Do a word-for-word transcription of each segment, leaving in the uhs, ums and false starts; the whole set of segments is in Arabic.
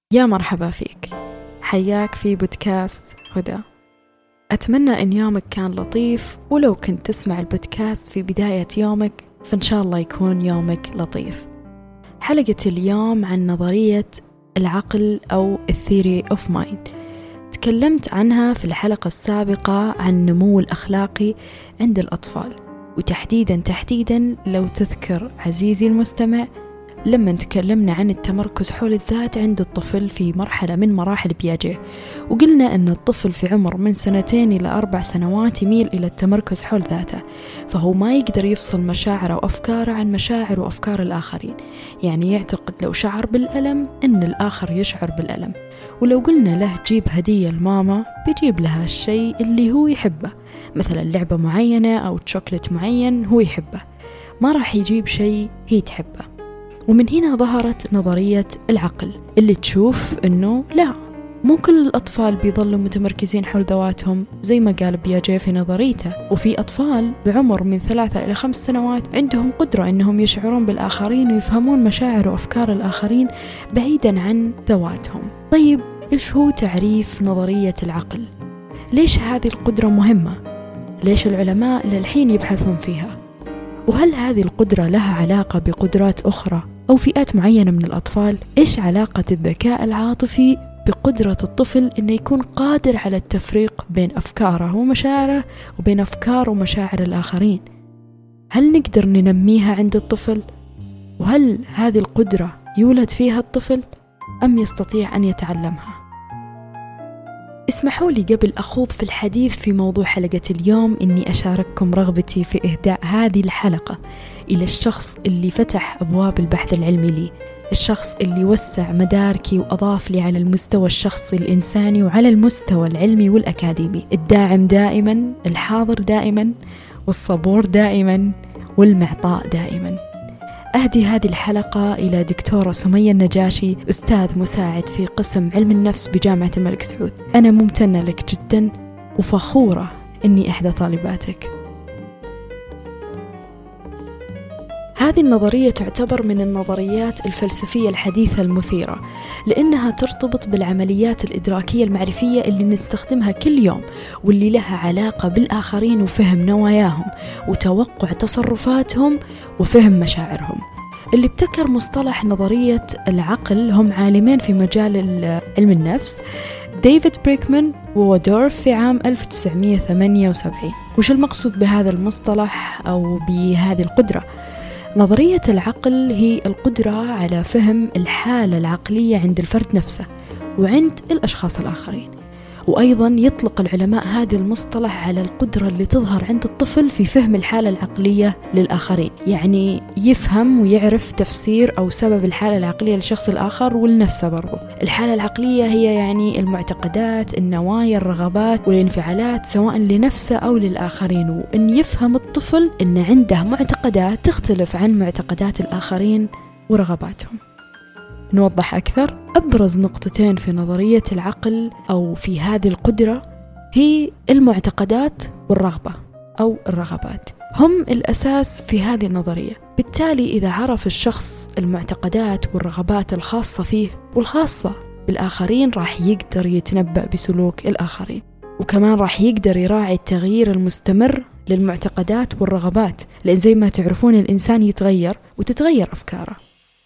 يا مرحبا فيك، حياك في بودكاست هدى. أتمنى أن يومك كان لطيف، ولو كنت تسمع البودكاست في بداية يومك فإن شاء الله يكون يومك لطيف. حلقة اليوم عن نظرية العقل أو الثيوري أوف مايند. تكلمت عنها في الحلقة السابقة عن النمو الأخلاقي عند الأطفال، وتحديدا تحديدا لو تذكر عزيزي المستمع لما تكلمنا عن التمركز حول الذات عند الطفل في مرحلة من مراحل بياجيه، وقلنا أن الطفل في عمر من سنتين إلى أربع سنوات يميل إلى التمركز حول ذاته، فهو ما يقدر يفصل مشاعره وأفكاره عن مشاعر وأفكار الآخرين. يعني يعتقد لو شعر بالألم أن الآخر يشعر بالألم، ولو قلنا له جيب هدية لماما بيجيب لها الشيء اللي هو يحبه، مثلا لعبة معينة أو تشوكلت معين هو يحبه، ما راح يجيب شيء هي تحبه. ومن هنا ظهرت نظرية العقل اللي تشوف أنه لا، مو كل الأطفال بيظلوا متمركزين حول ذواتهم زي ما قال بياجيه في نظريته، وفي أطفال بعمر من ثلاثة إلى خمس سنوات عندهم قدرة أنهم يشعرون بالآخرين ويفهمون مشاعر وأفكار الآخرين بعيدا عن ذواتهم. طيب إيش هو تعريف نظرية العقل؟ ليش هذه القدرة مهمة؟ ليش العلماء للحين يبحثون فيها؟ وهل هذه القدرة لها علاقة بقدرات أخرى أو فئات معينة من الأطفال؟ إيش علاقة الذكاء العاطفي بقدرة الطفل إنه يكون قادر على التفريق بين أفكاره ومشاعره وبين أفكار ومشاعر الآخرين؟ هل نقدر ننميها عند الطفل؟ وهل هذه القدرة يولد فيها الطفل أم يستطيع أن يتعلمها؟ اسمحوا لي قبل أخوض في الحديث في موضوع حلقة اليوم إني أشارككم رغبتي في إهداء هذه الحلقة إلى الشخص اللي فتح أبواب البحث العلمي لي، الشخص اللي وسع مداركي وأضاف لي على المستوى الشخصي الإنساني وعلى المستوى العلمي والأكاديمي، الداعم دائما، الحاضر دائما، والصبور دائما، والمعطاء دائما. أهدي هذه الحلقة إلى دكتورة سمية النجاشي، أستاذ مساعد في قسم علم النفس بجامعة الملك سعود. أنا ممتنة لك جدا وفخورة أني إحدى طالباتك. هذه النظرية تعتبر من النظريات الفلسفية الحديثة المثيرة، لأنها ترتبط بالعمليات الإدراكية المعرفية اللي نستخدمها كل يوم، واللي لها علاقة بالآخرين وفهم نواياهم وتوقع تصرفاتهم وفهم مشاعرهم. اللي ابتكر مصطلح نظرية العقل هم عالمين في مجال علم النفس، ديفيد بريكمان وودورف في عام ألف وتسعمائة وثمانية وسبعين. وش المقصود بهذا المصطلح أو بهذه القدرة؟ نظرية العقل هي القدرة على فهم الحالة العقلية عند الفرد نفسه وعند الأشخاص الآخرين. وأيضا يطلق العلماء هذا المصطلح على القدرة اللي تظهر عند الطفل في فهم الحالة العقلية للآخرين، يعني يفهم ويعرف تفسير أو سبب الحالة العقلية للشخص الآخر ولنفسه برضو. الحالة العقلية هي يعني المعتقدات، النوايا، الرغبات والانفعالات سواء لنفسه أو للآخرين، وأن يفهم الطفل أن عنده معتقدات تختلف عن معتقدات الآخرين ورغباتهم. نوضح أكثر. أبرز نقطتين في نظرية العقل أو في هذه القدرة هي المعتقدات والرغبة أو الرغبات، هم الأساس في هذه النظرية. بالتالي إذا عرف الشخص المعتقدات والرغبات الخاصة فيه والخاصة بالآخرين راح يقدر يتنبأ بسلوك الآخرين، وكمان راح يقدر يراعي التغيير المستمر للمعتقدات والرغبات، لأن زي ما تعرفون الإنسان يتغير وتتغير أفكاره.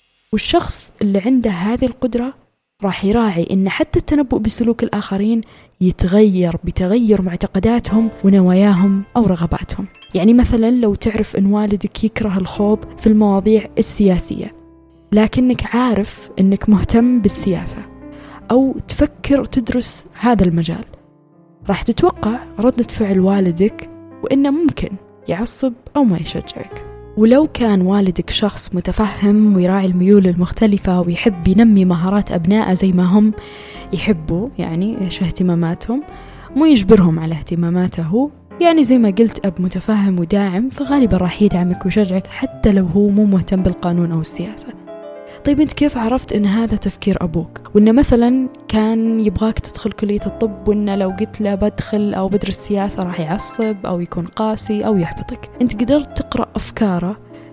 والشخص اللي عنده هذه القدرة راح يراعي إن حتى التنبؤ بسلوك الآخرين يتغير بتغير معتقداتهم ونواياهم أو رغباتهم. يعني مثلا لو تعرف إن والدك يكره الخوض في المواضيع السياسية، لكنك عارف إنك مهتم بالسياسة أو تفكر تدرس هذا المجال، راح تتوقع ردة فعل والدك وإنه ممكن يعصب أو ما يشجعك. ولو كان والدك شخص متفهم ويراعي الميول المختلفة ويحب ينمي مهارات أبنائه زي ما هم يحبوا، يعني إيش اهتماماتهم، مو يجبرهم على اهتماماته، يعني زي ما قلت أب متفهم وداعم، فغالبا راح يدعمك ويشجعك حتى لو هو مو مهتم بالقانون أو السياسة. طيب أنت كيف عرفت إن هذا تفكير أبوك؟ وإنه مثلا كان يبغاك تدخل كلية الطب، وإنه لو قلت له بدخل أو بدرس سياسة راح يعصب أو يكون قاسي أو يحبطك. أنت قدرت تقرأ أفكاره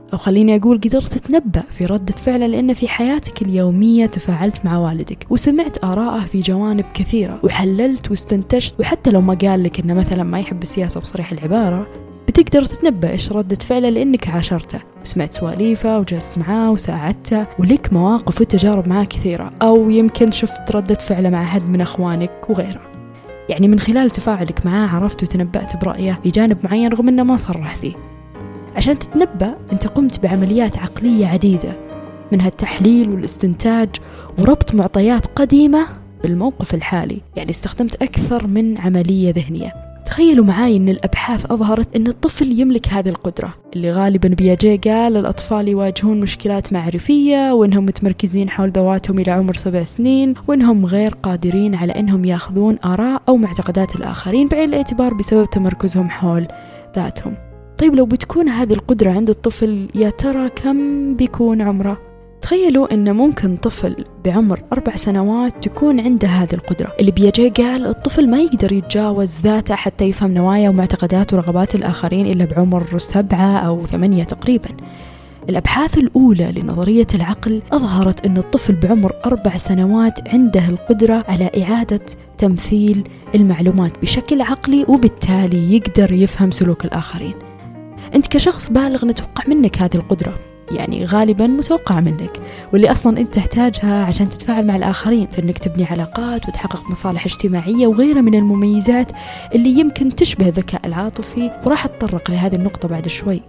أو خليني أقول قدرت تتنبأ في ردة فعله لأن في حياتك اليومية تفاعلت مع والدك وسمعت آراءه في جوانب كثيرة وحللت واستنتجت، وحتى لو ما قال لك إنه مثلا ما يحب السياسة بصريح العبارة بتقدر تتنبأ إيش ردة فعله لأنك عاشرته وسمعت سواليفه وجلست معاه وساعدته ولك مواقف وتجارب معاه كثيرة، أو يمكن شفت ردة فعله مع أحد من أخوانك وغيره. يعني من خلال تفاعلك معاه عرفت وتنبأت برأيه في جانب معين رغم إنه ما صرح فيه. عشان تتنبأ أنت قمت بعمليات عقلية عديدة، منها التحليل والاستنتاج وربط معطيات قديمة بالموقف الحالي، يعني استخدمت أكثر من عملية ذهنية. تخيلوا معاي أن الأبحاث أظهرت أن الطفل يملك هذه القدرة اللي غالبا بياجي قال الأطفال يواجهون مشكلات معرفية وأنهم متمركزين حول ذواتهم إلى عمر سبع سنين وأنهم غير قادرين على أنهم يأخذون آراء أو معتقدات الآخرين بعين الاعتبار بسبب تمركزهم حول ذاتهم. طيب لو بتكون هذه القدرة عند الطفل يا ترى كم بيكون عمره؟ تخيلوا أن ممكن طفل بعمر أربع سنوات تكون عنده هذه القدرة اللي بيجي قال الطفل ما يقدر يتجاوز ذاته حتى يفهم نوايا ومعتقدات ورغبات الآخرين إلا بعمر سبعة أو ثمانية تقريبا. الأبحاث الأولى لنظرية العقل أظهرت أن الطفل بعمر أربع سنوات عنده القدرة على إعادة تمثيل المعلومات بشكل عقلي وبالتالي يقدر يفهم سلوك الآخرين. أنت كشخص بالغ نتوقع منك هذه القدرة، يعني غالبا متوقع منك، واللي أصلا أنت تحتاجها عشان تتفاعل مع الآخرين في أنك تبني علاقات وتحقق مصالح اجتماعية وغيرها من المميزات اللي يمكن تشبه الذكاء العاطفي، وراح أتطرق لهذه النقطة بعد شوي.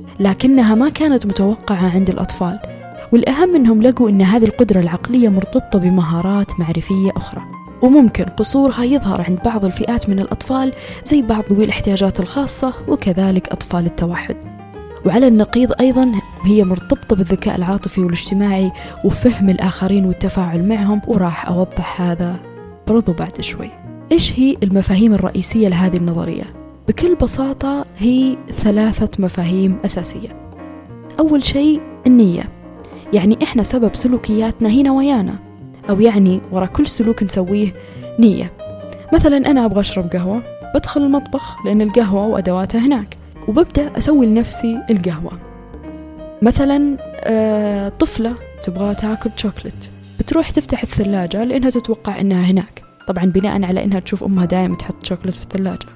لكنها ما كانت متوقعة عند الأطفال، والأهم أنهم لقوا أن هذه القدرة العقلية مرتبطة بمهارات معرفية أخرى، وممكن قصورها يظهر عند بعض الفئات من الأطفال زي بعض ذوي الاحتياجات الخاصة وكذلك أطفال التوحد. وعلى النقيض أيضا هي مرتبطة بالذكاء العاطفي والاجتماعي وفهم الآخرين والتفاعل معهم، وراح أوضح هذا برضو بعد شوي. إيش هي المفاهيم الرئيسية لهذه النظرية؟ بكل بساطة هي ثلاثة مفاهيم أساسية. أول شيء النية، يعني إحنا سبب سلوكياتنا هي نوايانا، أو يعني وراء كل سلوك نسويه نية. مثلا أنا أبغى أشرب قهوة، بدخل المطبخ لأن القهوة وأدواتها هناك وببدأ أسوي لنفسي القهوة. مثلا آه طفلة تبغى تاكل شوكولات، بتروح تفتح الثلاجة لأنها تتوقع أنها هناك، طبعا بناء على أنها تشوف أمها دائما تحط شوكولات في الثلاجة.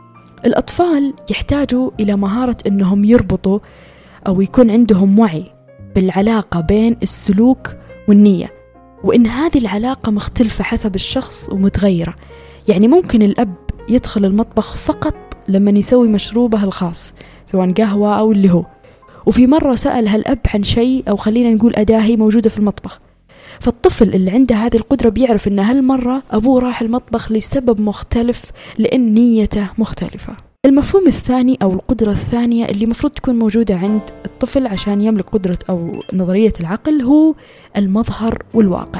الأطفال يحتاجوا إلى مهارة أنهم يربطوا أو يكون عندهم وعي بالعلاقة بين السلوك والنية، وإن هذه العلاقة مختلفة حسب الشخص ومتغيرة. يعني ممكن الأب يدخل المطبخ فقط لما يسوي مشروبه الخاص سواء قهوة أو اللي هو، وفي مرة سأل هالأب عن شيء أو خلينا نقول أداة هي موجودة في المطبخ، فالطفل اللي عنده هذه القدرة بيعرف أن هالمرة أبوه راح المطبخ لسبب مختلف لأن نيته مختلفة. المفهوم الثاني أو القدرة الثانية اللي مفروض تكون موجودة عند الطفل عشان يملك قدرة أو نظرية العقل هو المظهر والواقع.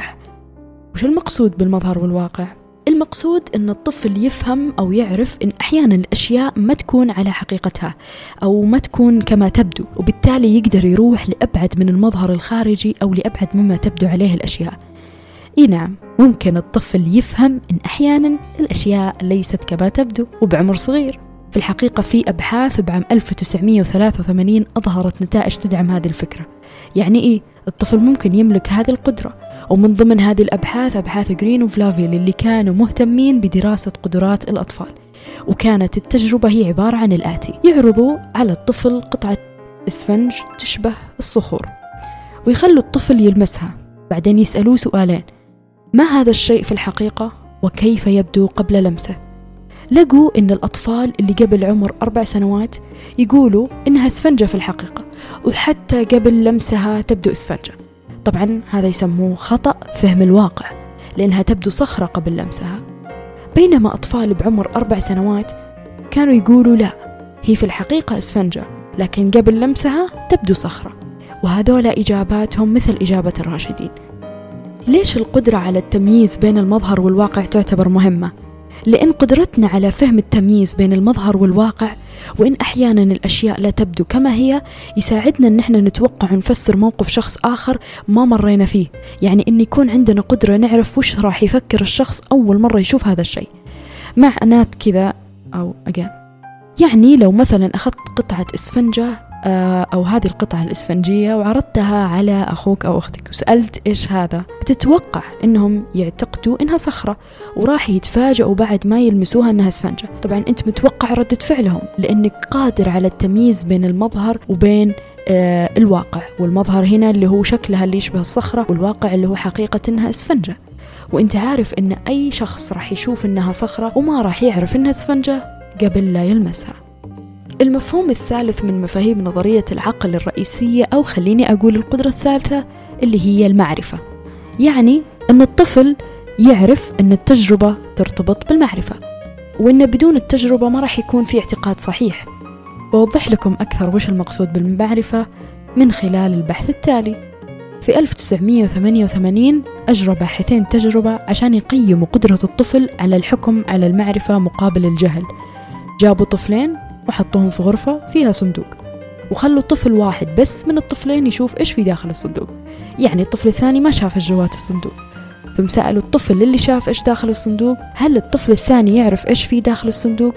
وش المقصود بالمظهر والواقع؟ المقصود أن الطفل يفهم أو يعرف أن أحيانا الأشياء ما تكون على حقيقتها أو ما تكون كما تبدو، وبالتالي يقدر يروح لأبعد من المظهر الخارجي أو لأبعد مما تبدو عليه الأشياء. إيه نعم، ممكن الطفل يفهم أن أحيانا الأشياء ليست كما تبدو وبعمر صغير. في الحقيقة في أبحاث بعام ألف وتسعمائة وثلاثة وثمانين أظهرت نتائج تدعم هذه الفكرة. يعني إيه؟ الطفل ممكن يملك هذه القدرة، ومن ضمن هذه الأبحاث أبحاث جرين وفلافيل اللي كانوا مهتمين بدراسة قدرات الأطفال. وكانت التجربة هي عبارة عن الآتي: يعرضوا على الطفل قطعة إسفنج تشبه الصخور ويخلوا الطفل يلمسها، بعدين يسألوه سؤالين: ما هذا الشيء في الحقيقة؟ وكيف يبدو قبل لمسه؟ لقوا إن الأطفال اللي قبل عمر أربع سنوات يقولوا إنها إسفنجة في الحقيقة، وحتى قبل لمسها تبدو إسفنجة. طبعا هذا يسموه خطأ فهم الواقع، لأنها تبدو صخرة قبل لمسها، بينما أطفال بعمر أربع سنوات كانوا يقولوا لا، هي في الحقيقة إسفنجة لكن قبل لمسها تبدو صخرة. وهذولا إجاباتهم مثل إجابة الراشدين. ليش القدرة على التمييز بين المظهر والواقع تعتبر مهمة؟ لأن قدرتنا على فهم التمييز بين المظهر والواقع، وإن أحيانا الأشياء لا تبدو كما هي، يساعدنا أن احنا نتوقع ونفسر موقف شخص آخر ما مرينا فيه. يعني أن يكون عندنا قدرة نعرف وش راح يفكر الشخص أول مرة يشوف هذا الشيء. معنات كذا أو أجان، يعني لو مثلا أخذت قطعة إسفنجة أو هذه القطعة الإسفنجية وعرضتها على أخوك أو أختك وسألت إيش هذا، بتتوقع إنهم يعتقدوا إنها صخرة وراح يتفاجئوا بعد ما يلمسوها إنها إسفنجة. طبعا أنت متوقع ردة فعلهم لأنك قادر على التمييز بين المظهر وبين آه الواقع، والمظهر هنا اللي هو شكلها اللي يشبه الصخرة، والواقع اللي هو حقيقة إنها إسفنجة. وإنت عارف إن أي شخص راح يشوف إنها صخرة وما راح يعرف إنها إسفنجة قبل لا يلمسها. المفهوم الثالث من مفاهيم نظرية العقل الرئيسية، أو خليني أقول القدرة الثالثة، اللي هي المعرفة. يعني أن الطفل يعرف أن التجربة ترتبط بالمعرفة، وأن بدون التجربة ما راح يكون في اعتقاد صحيح. بوضح لكم أكثر وش المقصود بالمعرفة من خلال البحث التالي. في ألف وتسعمائة وثمانية وثمانين أجرى باحثين تجربة عشان يقيموا قدرة الطفل على الحكم على المعرفة مقابل الجهل. جابوا طفلين وحطوهم في غرفة فيها صندوق، وخلوا طفل واحد بس من الطفلين يشوف إيش في داخل الصندوق، يعني الطفل الثاني ما شاف إيش جوات الصندوق. ثم سألوا الطفل اللي شاف إيش داخل الصندوق هل الطفل الثاني يعرف إيش في داخل الصندوق.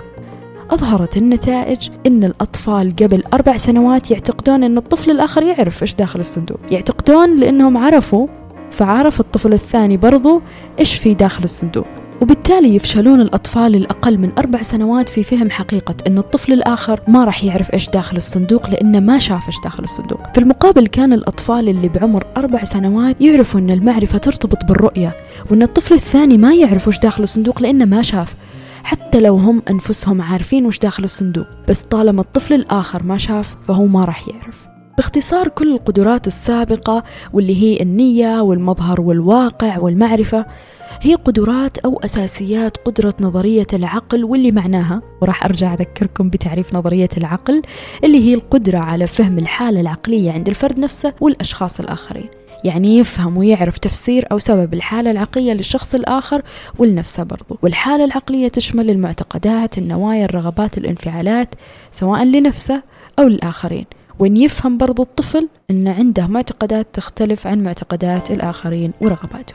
أظهرت النتائج إن الأطفال قبل أربع سنوات يعتقدون إن الطفل الآخر يعرف إيش داخل الصندوق، يعتقدون لأنهم عرفوا فعرف الطفل الثاني برضو إيش في داخل الصندوق، وبالتالي يفشلون الأطفال الأقل من أربع سنوات في فهم حقيقة أن الطفل الآخر ما راح يعرف إيش داخل الصندوق لأنه ما شاف إيش داخل الصندوق. في المقابل كان الأطفال اللي بعمر أربع سنوات يعرفوا أن المعرفة ترتبط بالرؤية، وأن الطفل الثاني ما يعرف إيش داخل الصندوق لأنه ما شاف، حتى لو هم أنفسهم عارفين إيش داخل الصندوق، بس طالما الطفل الآخر ما شاف فهو ما راح يعرف. باختصار كل القدرات السابقة واللي هي النية والمظهر والواقع والمعرفة هي قدرات أو أساسيات قدرة نظرية العقل، واللي معناها، وراح أرجع أذكركم بتعريف نظرية العقل، اللي هي القدرة على فهم الحالة العقلية عند الفرد نفسه والأشخاص الآخرين. يعني يفهم ويعرف تفسير أو سبب الحالة العقلية للشخص الآخر والنفسه برضو. والحالة العقلية تشمل المعتقدات، النوايا، الرغبات، الانفعالات، سواء لنفسه أو للآخرين. وإن يفهم برضو الطفل أن عنده معتقدات تختلف عن معتقدات الآخرين ورغباتهم.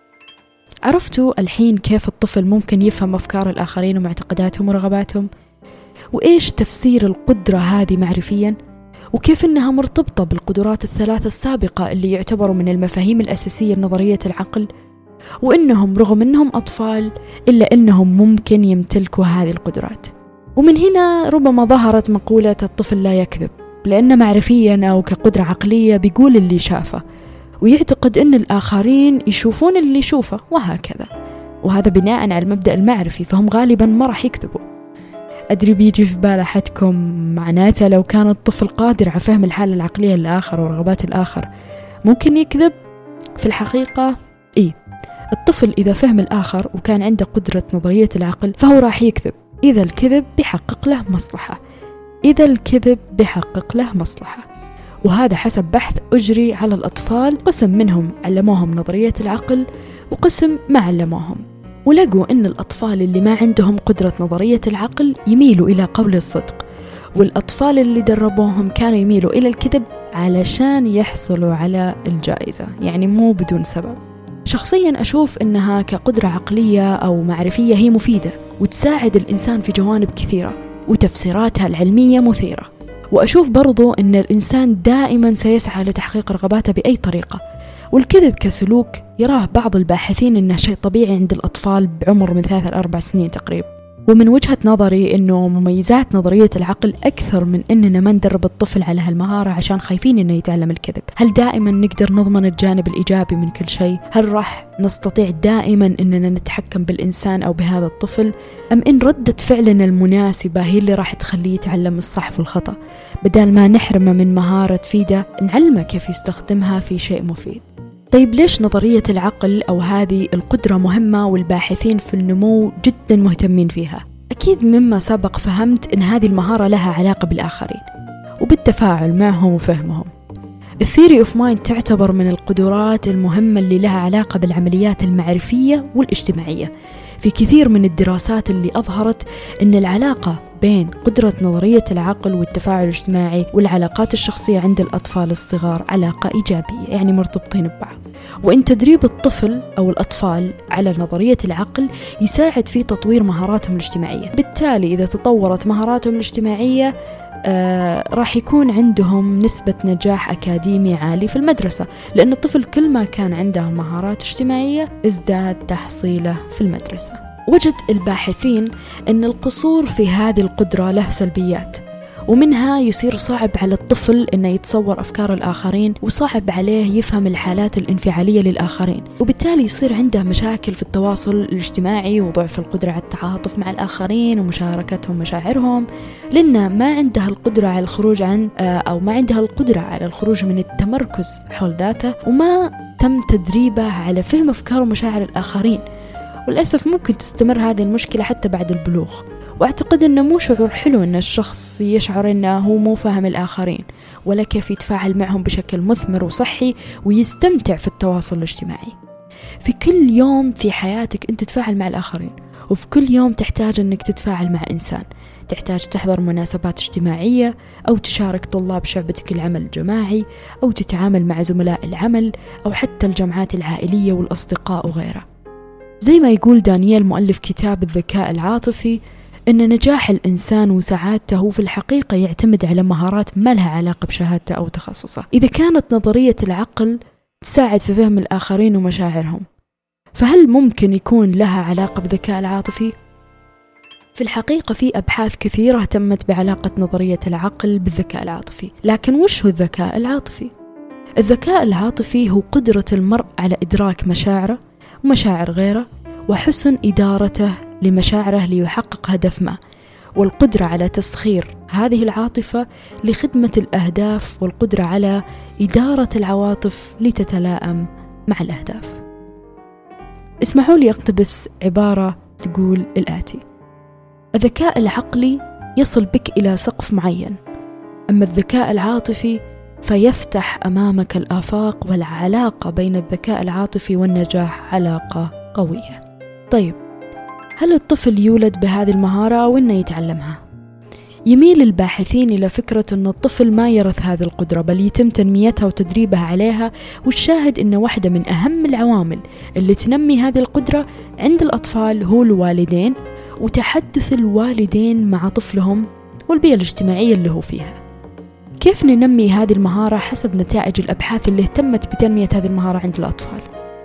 عرفتوا الحين كيف الطفل ممكن يفهم أفكار الآخرين ومعتقداتهم ورغباتهم؟ وإيش تفسير القدرة هذه معرفياً؟ وكيف إنها مرتبطة بالقدرات الثلاثة السابقة اللي يعتبروا من المفاهيم الأساسية لنظرية العقل، وإنهم رغم إنهم أطفال إلا إنهم ممكن يمتلكوا هذه القدرات. ومن هنا ربما ظهرت مقولة الطفل لا يكذب، لأن معرفياً أو كقدرة عقلية بيقول اللي شافه، ويعتقد أن الآخرين يشوفون اللي يشوفه وهكذا، وهذا بناء على المبدأ المعرفي، فهم غالباً ما راح يكذبوا. أدري بيجي في بال أحدكم معناته لو كان الطفل قادر على فهم الحالة العقلية للآخر ورغبات الآخر ممكن يكذب؟ في الحقيقة إيه، الطفل إذا فهم الآخر وكان عنده قدرة نظرية العقل فهو راح يكذب إذا الكذب بيحقق له مصلحة، إذا الكذب بيحقق له مصلحة. وهذا حسب بحث أجري على الأطفال، قسم منهم علموهم نظرية العقل وقسم ما علموهم، ولقوا أن الأطفال اللي ما عندهم قدرة نظرية العقل يميلوا إلى قول الصدق، والأطفال اللي دربوهم كانوا يميلوا إلى الكذب علشان يحصلوا على الجائزة، يعني مو بدون سبب. شخصيا أشوف أنها كقدرة عقلية أو معرفية هي مفيدة وتساعد الإنسان في جوانب كثيرة، وتفسيراتها العلمية مثيرة. وأشوف برضو أن الإنسان دائما سيسعى لتحقيق رغباته بأي طريقة، والكذب كسلوك يراه بعض الباحثين أنه شيء طبيعي عند الأطفال بعمر من ثلاثة لأربع سنين تقريبا. ومن وجهة نظري أنه مميزات نظرية العقل أكثر من أننا ما ندرب الطفل على هالمهارة عشان خايفين أنه يتعلم الكذب. هل دائما نقدر نضمن الجانب الإيجابي من كل شيء؟ هل راح نستطيع دائما أننا نتحكم بالإنسان أو بهذا الطفل؟ أم إن ردة فعلنا المناسبة هي اللي راح تخليه يتعلم الصح والخطأ، بدل ما نحرمه من مهارة تفيده نعلمه كيف يستخدمها في شيء مفيد؟ طيب ليش نظرية العقل أو هذه القدرة مهمة والباحثين في النمو جدا مهتمين فيها؟ أكيد مما سبق فهمت أن هذه المهارة لها علاقة بالآخرين وبالتفاعل معهم وفهمهم. الثيوري اوف مايند تعتبر من القدرات المهمة اللي لها علاقة بالعمليات المعرفية والاجتماعية. في كثير من الدراسات اللي أظهرت أن العلاقة بين قدرة نظرية العقل والتفاعل الاجتماعي والعلاقات الشخصية عند الأطفال الصغار علاقة إيجابية، يعني مرتبطين ببعض. وإن تدريب الطفل أو الأطفال على نظرية العقل يساعد في تطوير مهاراتهم الاجتماعية. بالتالي إذا تطورت مهاراتهم الاجتماعية آه راح يكون عندهم نسبة نجاح أكاديمي عالي في المدرسة، لأن الطفل كل ما كان عنده مهارات اجتماعية ازداد تحصيله في المدرسة. وجد الباحثين أن القصور في هذه القدرة له سلبيات، ومنها يصير صعب على الطفل أنه يتصور أفكار الآخرين، وصعب عليه يفهم الحالات الانفعالية للآخرين، وبالتالي يصير عنده مشاكل في التواصل الاجتماعي وضعف القدرة على التعاطف مع الآخرين ومشاركتهم مشاعرهم، لأنه ما عنده القدرة على الخروج عن أو ما عندها القدرة على الخروج من التمركز حول ذاته، وما تم تدريبه على فهم أفكار ومشاعر الآخرين. وللأسف ممكن تستمر هذه المشكلة حتى بعد البلوغ. وأعتقد أنه مو شعور حلو أن الشخص يشعر أنه هو مو فاهم الآخرين ولا كيف يتفاعل معهم بشكل مثمر وصحي ويستمتع في التواصل الاجتماعي. في كل يوم في حياتك أنت تتفاعل مع الآخرين، وفي كل يوم تحتاج أنك تتفاعل مع إنسان، تحتاج تحضر مناسبات اجتماعية، أو تشارك طلاب شعبتك العمل الجماعي، أو تتعامل مع زملاء العمل، أو حتى الجمعات العائلية والأصدقاء وغيرها. زي ما يقول دانييل مؤلف كتاب الذكاء العاطفي أن نجاح الإنسان وسعادته في الحقيقة يعتمد على مهارات ما لها علاقة بشهادته أو تخصصه. إذا كانت نظرية العقل تساعد في فهم الآخرين ومشاعرهم، فهل ممكن يكون لها علاقة بالذكاء العاطفي؟ في الحقيقة في أبحاث كثيرة تمت بعلاقة نظرية العقل بالذكاء العاطفي. لكن وش هو الذكاء العاطفي؟ الذكاء العاطفي هو قدرة المرء على إدراك مشاعره ومشاعر غيره، وحسن إدارته لمشاعره ليحقق هدف ما، والقدرة على تسخير هذه العاطفة لخدمة الأهداف، والقدرة على إدارة العواطف لتتلائم مع الأهداف. اسمحوا لي أقتبس عبارة تقول الآتي: الذكاء العقلي يصل بك إلى سقف معين، أما الذكاء العاطفي فيفتح أمامك الآفاق، والعلاقة بين الذكاء العاطفي والنجاح علاقة قوية. طيب، هل الطفل يولد بهذه المهارة أو إنه يتعلمها؟ يميل الباحثين إلى فكرة أن الطفل ما يرث هذه القدرة، بل يتم تنميتها وتدريبها عليها. والشاهد أن واحدة من أهم العوامل اللي تنمي هذه القدرة عند الأطفال هو الوالدين، وتحدث الوالدين مع طفلهم والبيئة الاجتماعية اللي هو فيها. كيف ننمي هذه المهارة حسب نتائج الأبحاث اللي اهتمت بتنمية هذه المهارة عند الأطفال؟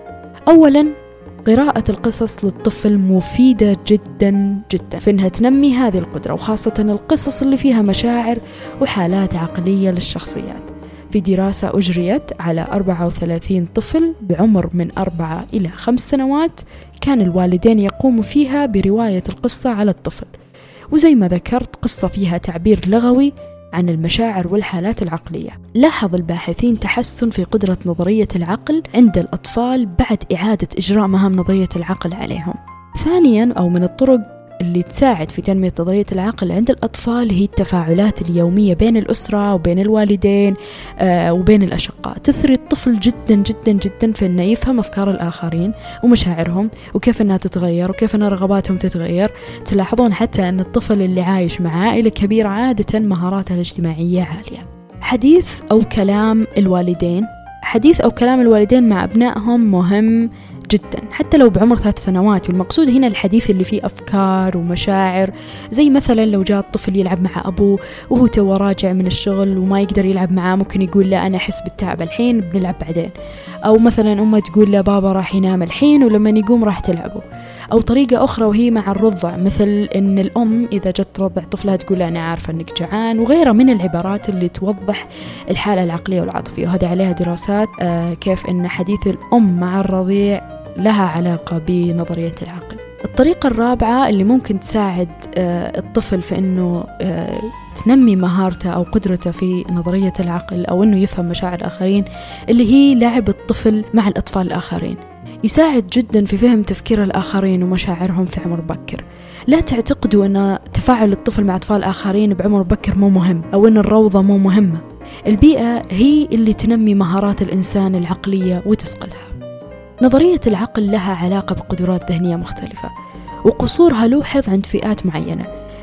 أولاً، قراءة القصص للطفل مفيدة جدا جدا في أنها تنمي هذه القدرة، وخاصة القصص اللي فيها مشاعر وحالات عقلية للشخصيات. في دراسة أجريت على أربعة وثلاثين طفل بعمر من أربعة إلى خمس سنوات، كان الوالدين يقوموا فيها برواية القصة على الطفل، وزي ما ذكرت قصة فيها تعبير لغوي عن المشاعر والحالات العقلية. لاحظ الباحثين تحسن في قدرة نظرية العقل عند الأطفال بعد إعادة إجراء مهام نظرية العقل عليهم. ثانياً، أو من الطرق اللي تساعد في تنمية نظرية العقل عند الأطفال هي التفاعلات اليومية بين الأسرة وبين الوالدين آه وبين الأشقاء. تثري الطفل جدا جدا جدا في أنه يفهم أفكار الآخرين ومشاعرهم، وكيف أنها تتغير، وكيف أن رغباتهم تتغير. تلاحظون حتى أن الطفل اللي عايش مع عائلة كبيرة عادة مهاراته الاجتماعية عالية. حديث أو كلام الوالدين حديث أو كلام الوالدين مع أبنائهم مهم جدا حتى لو بعمر ثلاث سنوات. والمقصود هنا الحديث اللي فيه أفكار ومشاعر، زي مثلا لو جاء الطفل يلعب مع أبوه وهو تو راجع من الشغل وما يقدر يلعب معاه، ممكن يقول لا أنا أحس بالتعب الحين، بنلعب بعدين. أو مثلا أمه تقول لا بابا راح ينام الحين ولما يقوم راح تلعبه. أو طريقة أخرى وهي مع الرضع، مثل إن الأم إذا جت ترضع طفلها تقول أنا عارفة إنك جعان، وغيرها من العبارات اللي توضح الحالة العقلية والعاطفية. وهذه عليها دراسات آه كيف إن حديث الأم مع الرضيع لها علاقة بنظرية العقل. الطريقة الرابعة اللي ممكن تساعد آه الطفل في إنه آه تنمي مهارته أو قدرته في نظرية العقل، أو إنه يفهم مشاعر الآخرين، اللي هي لعب الطفل مع الأطفال الآخرين. يساعد جدا في فهم تفكير الآخرين ومشاعرهم في عمر بكر. لا تعتقدوا أن تفاعل الطفل مع أطفال آخرين بعمر بكر مو مهم، أو أن الروضة مو مهمة. البيئة هي اللي تنمي مهارات الإنسان العقلية وتسقلها. نظرية العقل لها علاقة بقدرات ذهنية مختلفة، وقصورها لوحظ عند فئات معينة.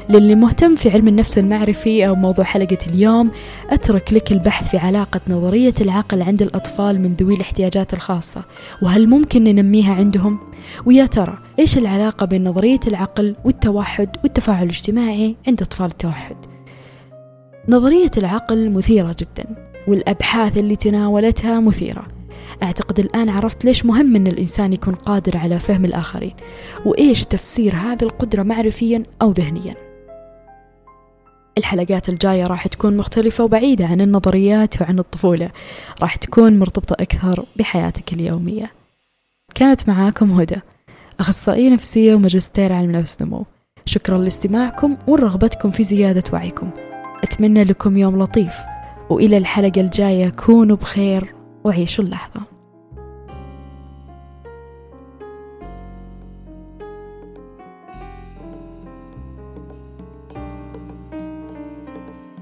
للي مهتم في علم النفس المعرفي أو موضوع حلقة اليوم، أترك لك البحث في علاقة نظرية العقل عند الأطفال من ذوي الاحتياجات الخاصة، وهل ممكن ننميها عندهم؟ ويا ترى إيش العلاقة بين نظرية العقل والتوحد والتفاعل الاجتماعي عند أطفال التوحد؟ نظرية العقل مثيرة جدا، والأبحاث اللي تناولتها مثيرة. أعتقد الآن عرفت ليش مهم أن الإنسان يكون قادر على فهم الآخرين، وإيش تفسير هذه القدرة معرفيا أو ذهنيا. الحلقات الجاية راح تكون مختلفة وبعيدة عن النظريات وعن الطفولة، راح تكون مرتبطة أكثر بحياتك اليومية. كانت معاكم هدى، أخصائية نفسية وماجستير علم نفس نمو. شكرا لاستماعكم ورغبتكم في زيادة وعيكم. أتمنى لكم يوم لطيف، وإلى الحلقة الجاية كونوا بخير وعيشوا اللحظة.